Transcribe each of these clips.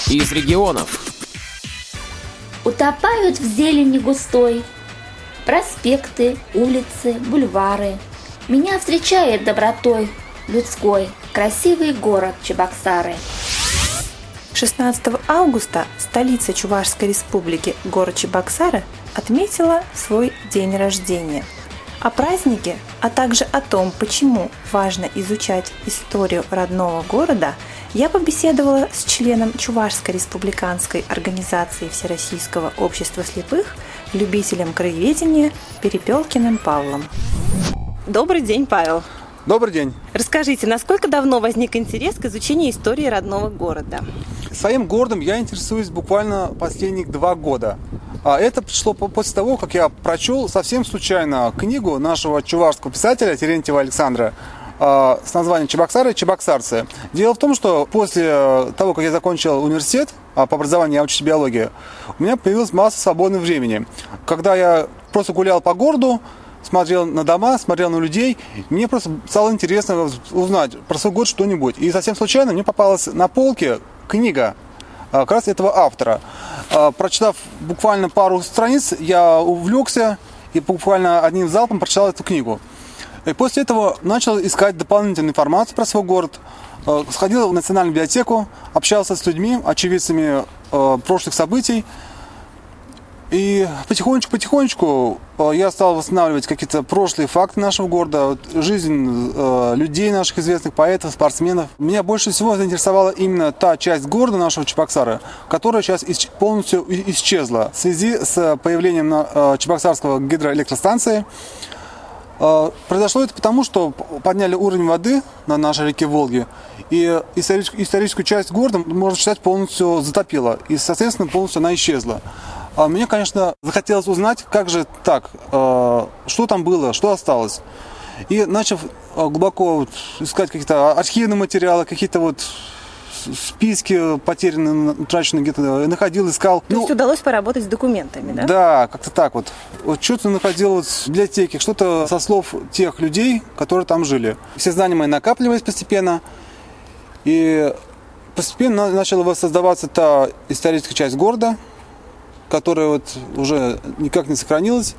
из регионов. Утопают в зелени густой проспекты, улицы, бульвары. Меня встречает добротой людской красивый город Чебоксары. 16 августа столица Чувашской республики, город Чебоксары, отметила свой день рождения. О празднике, а также о том, почему важно изучать историю родного города, я побеседовала с членом Чувашской республиканской организации Всероссийского общества слепых, любителем краеведения Перепелкиным Павлом. Добрый день, Павел. Добрый день. Расскажите, насколько давно возник интерес к изучению истории родного города? Своим городом я интересуюсь буквально последние 2 года. А это пришло после того, как я прочел совсем случайно книгу нашего чувашского писателя Терентьева Александра с названием «Чебоксары и чебоксарцы». Дело в том, что после того, как я закончил университет, по образованию я учусь биологии, у меня появилась масса свободного времени. Когда я просто гулял по городу, смотрел на дома, смотрел на людей, мне просто стало интересно узнать про свой город что-нибудь. И совсем случайно мне попалась на полке книга как раз этого автора. Прочитав буквально пару страниц, я увлекся и буквально одним залпом прочитал эту книгу. И после этого начал искать дополнительную информацию про свой город. Сходил в Национальную библиотеку, общался с людьми, очевидцами прошлых событий. И потихонечку я стал восстанавливать какие-то прошлые факты нашего города, жизнь людей наших известных, поэтов, спортсменов. Меня больше всего заинтересовала именно та часть города нашего Чебоксары, которая сейчас полностью исчезла в связи с появлением Чебоксарского гидроэлектростанции. Произошло это потому, что подняли уровень воды на нашей реке Волге, и историческую часть города, можно считать, полностью затопило, и, соответственно, полностью она исчезла. А мне, конечно, захотелось узнать, как же так, что там было, что осталось. И начав глубоко искать какие-то архивные материалы, какие-то списки потерянные, утраченные где-то, находил, искал. То есть удалось поработать с документами, да? Да, как-то так вот. Что-то находил в библиотеке, что-то со слов тех людей, которые там жили. Все знания мои накапливались постепенно, и постепенно начала воссоздаваться та историческая часть города, которая уже никак не сохранилась.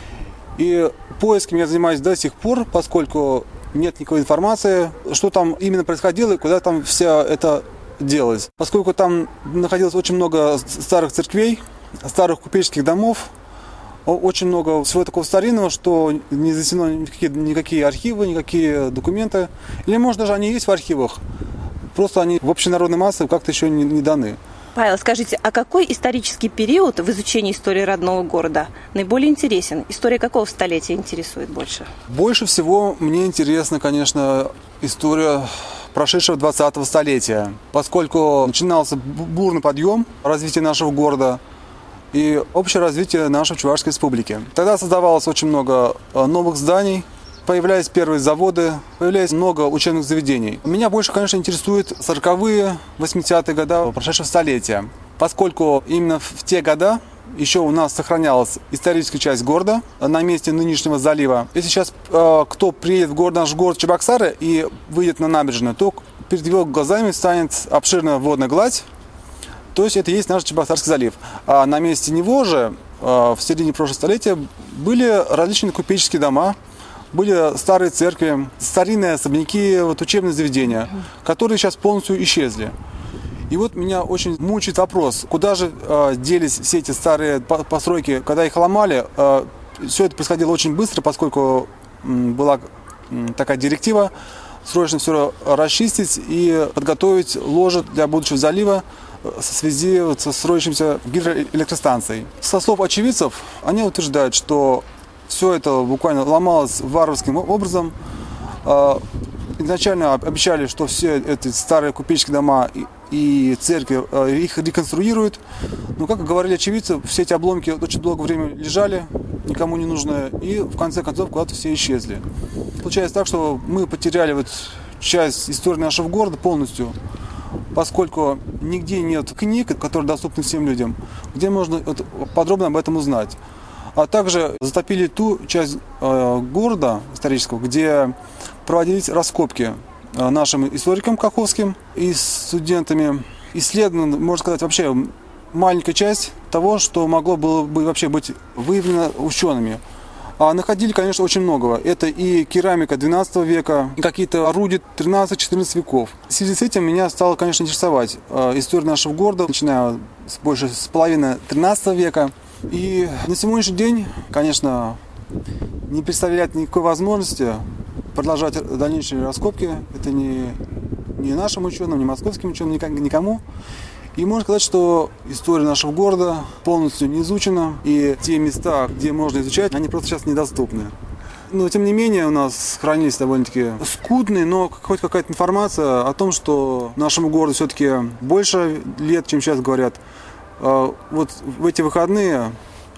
И поиском я занимаюсь до сих пор, поскольку нет никакой информации, что там именно происходило и куда там все это делалось. Поскольку там находилось очень много старых церквей, старых купеческих домов, очень много всего такого старинного, что не занесено никакие архивы, никакие документы. Или, может, даже они есть в архивах, просто они в общенародной массе как-то еще не даны. Павел, скажите, а какой исторический период в изучении истории родного города наиболее интересен? История какого столетия интересует больше? Больше всего мне интересна, конечно, история прошедшего 20-го столетия, поскольку начинался бурный подъем развития нашего города и общее развитие нашей Чувашской республики. Тогда создавалось очень много новых зданий, появлялись первые заводы, появлялось много учебных заведений. Меня больше, конечно, интересуют 40-е, 80-е годы прошедшего столетия, поскольку именно в те годы еще у нас сохранялась историческая часть города на месте нынешнего залива. Если сейчас кто приедет в наш город Чебоксары и выйдет на набережную, то перед его глазами станет обширная водная гладь. То есть это и есть наш Чебоксарский залив. А на месте него же в середине прошлого столетия были различные купеческие дома, были старые церкви, старинные особняки, учебные заведения, которые сейчас полностью исчезли. И меня очень мучает вопрос, куда же делись все эти старые постройки, когда их ломали. Все это происходило очень быстро, поскольку была такая директива срочно все расчистить и подготовить ложе для будущего залива в связи со строящимся гидроэлектростанцией. Со слов очевидцев, они утверждают, что все это буквально ломалось варварским образом. Изначально обещали, что все эти старые купеческие дома и церкви их реконструируют. Но, как говорили очевидцы, все эти обломки очень долгое время лежали, никому не нужные, и в конце концов куда-то все исчезли. Получается так, что мы потеряли часть истории нашего города полностью, поскольку нигде нет книг, которые доступны всем людям, где можно подробно об этом узнать. А также затопили ту часть города исторического, где проводились раскопки нашим историкам Каховским и студентами исследована, можно сказать, вообще маленькая часть того, что могло было бы вообще быть выявлено учеными. А находили, конечно, очень многого. Это и керамика XII века, и какие-то орудия XIII-XIV веков. В связи с этим меня стало, конечно, интересовать история нашего города, начиная больше с половины XIII века. И на сегодняшний день, конечно, не представляет никакой возможности продолжать дальнейшие раскопки. Это не нашим ученым, не московским ученым, никому. И можно сказать, что история нашего города полностью не изучена, и те места, где можно изучать, они просто сейчас недоступны. Но, тем не менее, у нас сохранились довольно-таки скудные, но хоть какая-то информация о том, что нашему городу все-таки больше лет, чем сейчас говорят. Вот в эти выходные,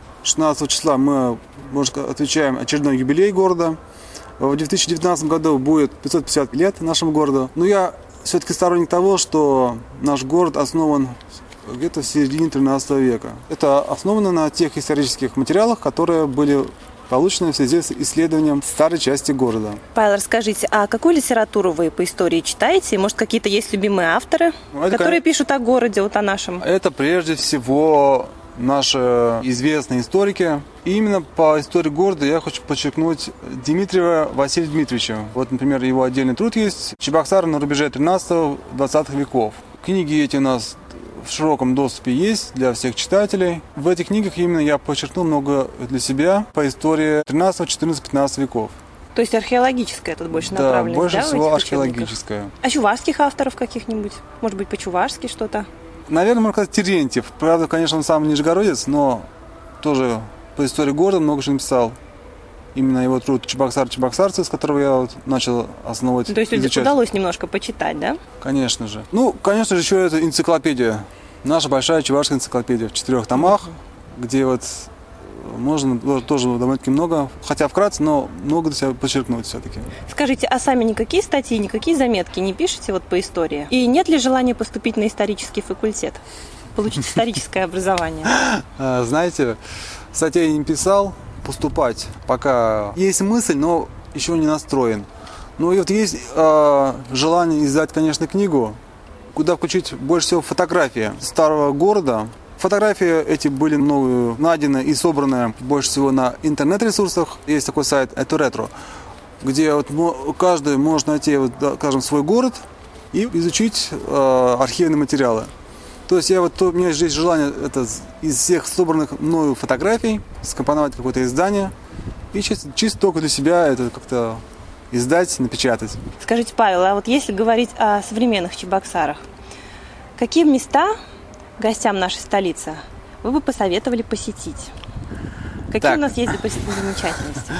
16 числа, мы, можно сказать, отмечаем очередной юбилей города. В 2019 году будет 550 лет нашему городу. Но я все-таки сторонник того, что наш город основан где-то в середине 13 века. Это основано на тех исторических материалах, которые были получены в связи с исследованием старой части города. Павел, расскажите, а какую литературу вы по истории читаете? Может, какие-то есть любимые авторы, которые пишут о городе, вот о нашем? Это прежде всего наши известные историки. И именно по истории города я хочу подчеркнуть Дмитриева Василия Дмитриевича. Вот, например, его отдельный труд есть «Чебоксары на рубеже 13-20 веков». Книги эти у нас в широком доступе есть для всех читателей. В этих книгах именно я подчеркнул много для себя по истории 13, 14, 15 веков. То есть археологическая тут больше направленность, да? Больше всего археологическая. А чувашских авторов каких-нибудь? Может быть, по-чувашски что-то? Наверное, можно сказать, Терентьев. Правда, конечно, он сам нижегородец, но тоже по истории города много что написал. Именно его труд «Чебоксарцы», с которого я вот начал основывать. То есть изучать. Удалось немножко почитать, да? Конечно же. Ну, конечно же, еще это энциклопедия. Наша большая чувашская энциклопедия в 4 томах, где вот можно тоже довольно-таки много, хотя вкратце, но много для себя подчеркнуть все-таки. Скажите, а сами никакие статьи, никакие заметки не пишете вот по истории? И нет ли желания поступить на исторический факультет, получить историческое образование? Знаете, статей не писал, поступать пока есть мысль, но еще не настроен. Ну и вот есть желание издать, конечно, книгу, куда включить больше всего фотографии старого города. Фотографии эти были мною найдены и собраны больше всего на интернет-ресурсах. Есть такой сайт «Этуретро», где вот каждый может найти, вот, скажем, свой город и изучить архивные материалы. То есть у меня есть желание это из всех собранных мною фотографий скомпоновать какое-то издание и чисто только для себя это как-то издать, напечатать. Скажите, Павел, а вот если говорить о современных Чебоксарах, какие места гостям нашей столицы вы бы посоветовали посетить? Какие у нас есть достопримечательности?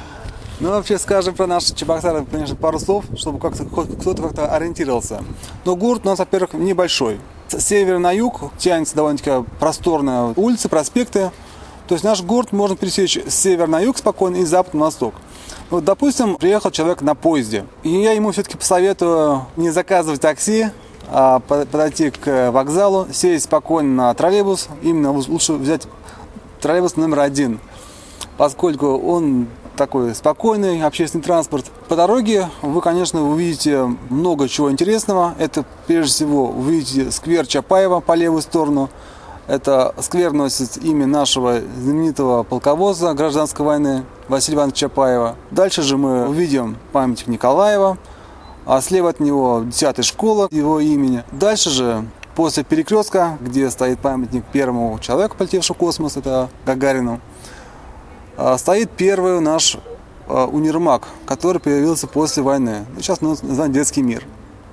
Ну, вообще, скажем про наши Чебоксары, конечно, пару слов, чтобы кто-то как-то ориентировался. Но город у нас, во-первых, небольшой. С севера на юг тянется довольно-таки просторные улицы, проспекты. То есть наш город можно пересечь с севера на юг спокойно и с запада на восток. Вот, допустим, приехал человек на поезде. И я ему все-таки посоветую не заказывать такси, а подойти к вокзалу, сесть спокойно на троллейбус. Именно лучше взять троллейбус номер 1, поскольку он такой спокойный общественный транспорт. По дороге вы, конечно, увидите много чего интересного. Это, прежде всего, увидите сквер Чапаева по левую сторону. Это сквер носит имя нашего знаменитого полководца гражданской войны Василия Ивановича Чапаева. Дальше же мы увидим памятник Николаева, а слева от него 10-я школа его имени. Дальше же, после перекрестка, где стоит памятник первому человеку, полетевшему в космос, это Гагарину, стоит первый наш универмаг, который появился после войны. Сейчас он называется «Детский мир».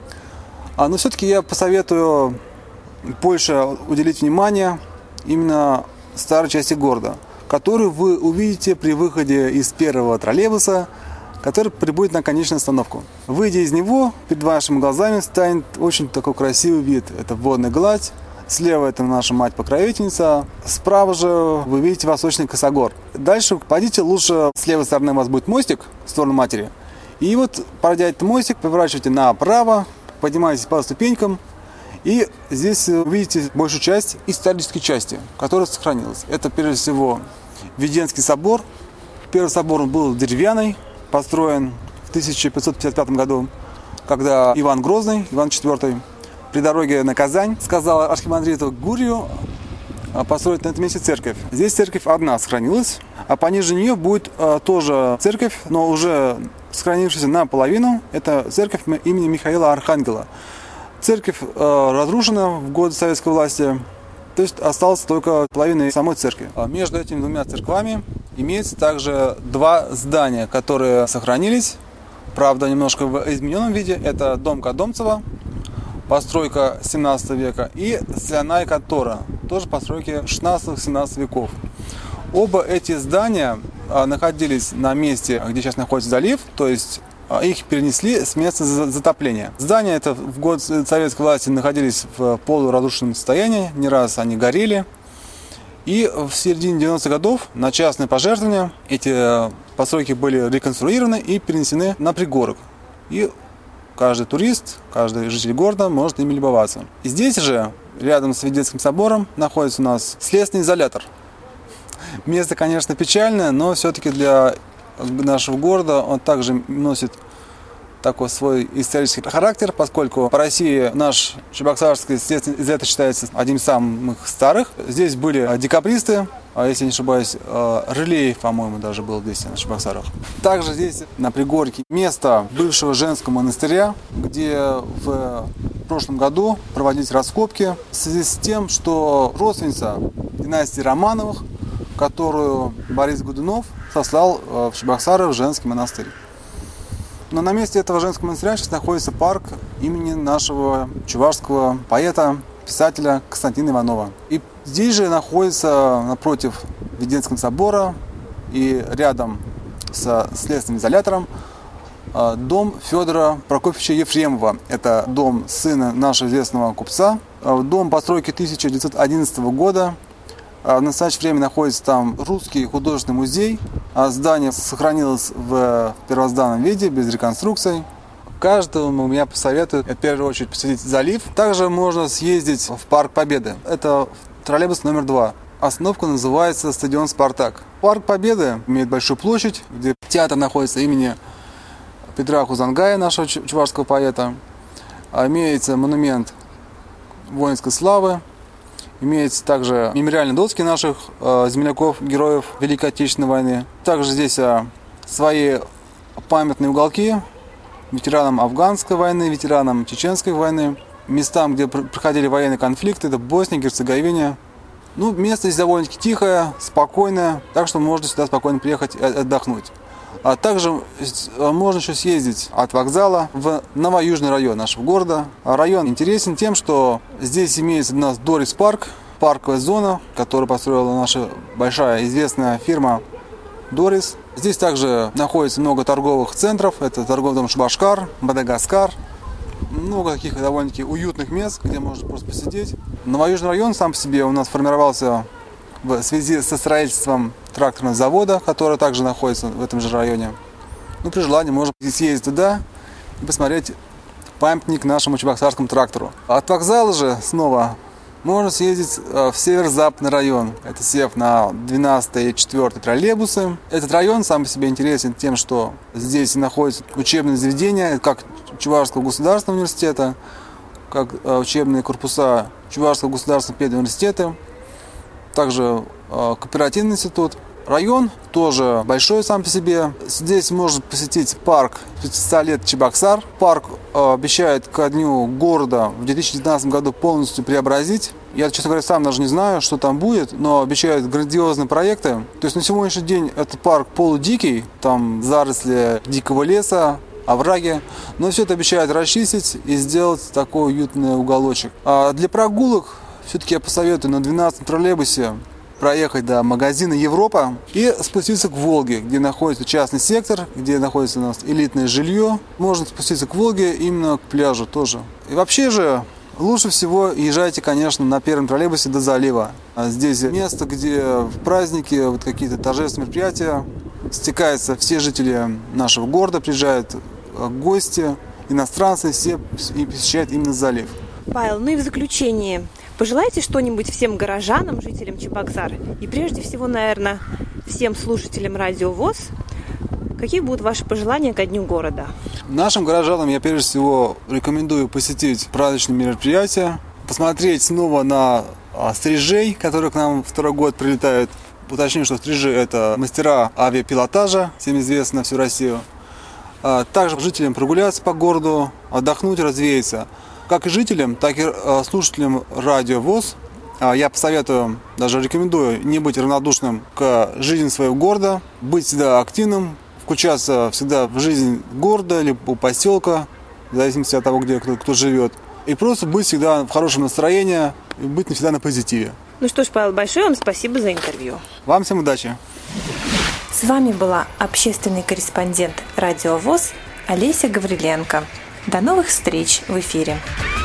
Но все-таки я посоветую больше уделить внимание именно старой части города, которую вы увидите при выходе из первого троллейбуса, который прибудет на конечную остановку. Выйдя из него, перед вашими глазами станет очень такой красивый вид. Это водная гладь. Слева это наша мать-покровительница. Справа же вы видите восточный косогор. Дальше пойдите лучше, с левой стороны у вас будет мостик в сторону матери. И вот, пройдя этот мостик, поворачивайте направо, поднимаетесь по ступенькам. И здесь вы видите большую часть исторической части, которая сохранилась. Это, прежде всего, Введенский собор. Первый собор был деревянный, построен в 1555 году, когда Иван Грозный, Иван IV, при дороге на Казань сказал архимандриту Гурию построить на этом месте церковь. Здесь церковь одна сохранилась, а пониже нее будет тоже церковь, но уже сохранившаяся наполовину. Это церковь имени Михаила Архангела. Церковь разрушена в годы советской власти, то есть осталась только половина самой церкви. Между этими двумя церквами имеется также два здания, которые сохранились, правда, немножко в измененном виде. Это дом Кодомцева, постройка 17 века, и Соляная контора, тоже постройки 16-17 веков. Оба эти здания находились на месте, где сейчас находится залив, то есть их перенесли с места затопления. Здания это в год советской власти находились в полуразрушенном состоянии, не раз они горели. И в середине 90-х годов на частное пожертвование эти постройки были реконструированы и перенесены на пригорок. И каждый турист, каждый житель города может ими любоваться. И здесь же, рядом с Веденским собором, находится у нас следственный изолятор. Место, конечно, печальное, но все-таки для нашего города он также носит такой свой исторический характер, поскольку по России наш Чебоксарский следственный изолятор считается одним из самых старых. Здесь были декабристы, если не ошибаюсь, Рылеев, по-моему, даже был здесь, на Чебоксарах. Также здесь на пригорке место бывшего женского монастыря, где в прошлом году проводились раскопки в связи с тем, что родственница династии Романовых, которую Борис Годунов сослал в Чебоксары в женский монастырь. Но на месте этого женского монастыря сейчас находится парк имени нашего чувашского поэта, писателя Константина Иванова. И здесь же находится напротив Веденского собора и рядом со следственным изолятором дом Федора Прокофьевича Ефремова. Это дом сына нашего известного купца. Дом постройки 1911 года. В настоящее время находится там Русский художественный музей. Здание сохранилось в первозданном виде, без реконструкций. Каждому я посоветую в первую очередь посетить залив. Также можно съездить в Парк Победы. Это троллейбус номер 2. Остановка называется стадион «Спартак». Парк Победы имеет большую площадь, где театр находится имени Петра Хузангая, нашего чувашского поэта. Имеется монумент воинской славы. Имеется также мемориальные доски наших земляков, героев Великой Отечественной войны. Также здесь свои памятные уголки ветеранам афганской войны, ветеранам чеченской войны, местам, где проходили военные конфликты, это Босния, Герцеговина. Место здесь довольно-таки тихое, спокойное, так что можно сюда спокойно приехать и отдохнуть. А также можно еще съездить от вокзала в Новоюжный район нашего города. Район интересен тем, что здесь имеется у нас Дорис парк, парковая зона, которую построила наша большая известная фирма Дорис. Здесь также находится много торговых центров. Это торговый дом Шабашкар, Мадагаскар. Много таких довольно-таки уютных мест, где можно просто посидеть. Новоюжный район сам по себе у нас формировался в связи со строительством тракторного завода, который также находится в этом же районе. При желании можно съездить туда и посмотреть памятник нашему чебоксарскому трактору. От вокзала же снова можно съездить в северо-западный район. Это сев на 12 и 4 троллейбусы. Этот район сам по себе интересен тем, что здесь находятся учебные заведения, как Чувашского государственного университета, как учебные корпуса Чувашского государственного педуниверситета, также кооперативный институт. Район тоже большой сам по себе. Здесь можно посетить парк 500 лет Чебоксар. Парк обещает ко дню города в 2019 году полностью преобразить. Я, честно говоря, сам даже не знаю, что там будет, но обещают грандиозные проекты. То есть на сегодняшний день этот парк полудикий, там заросли дикого леса, овраги. Но все это обещают расчистить и сделать такой уютный уголочек. А для прогулок все-таки я посоветую на 12-м троллейбусе проехать до магазина Европа и спуститься к Волге, где находится частный сектор, где находится у нас элитное жилье. Можно спуститься к Волге, именно к пляжу тоже. И вообще же лучше всего езжайте, конечно, на первом троллейбусе до залива. Здесь место, где в праздники, какие-то торжественные мероприятия, стекаются все жители нашего города, приезжают гости, иностранцы, все и посещают именно залив. Павел, и в заключение, пожелайте что-нибудь всем горожанам, жителям Чебоксар и прежде всего, наверное, всем слушателям Радио ВОС Какие будут ваши пожелания ко Дню города? Нашим горожанам я прежде всего рекомендую посетить праздничные мероприятия, посмотреть снова на стрижей, которые к нам второй год прилетают. Уточню, что стрижи – это мастера авиапилотажа, всем известно на всю Россию. Также жителям прогуляться по городу, отдохнуть, развеяться. Как и жителям, так и слушателям радио ВОС я посоветую, даже рекомендую не быть равнодушным к жизни своего города, быть всегда активным, включаться всегда в жизнь города или поселка, в зависимости от того, где кто живет. И просто быть всегда в хорошем настроении, и быть всегда на позитиве. Ну что ж, Павел, большое вам спасибо за интервью. Вам всем удачи. С вами была общественный корреспондент Радио ВОС Олеся Гавриленко. До новых встреч в эфире.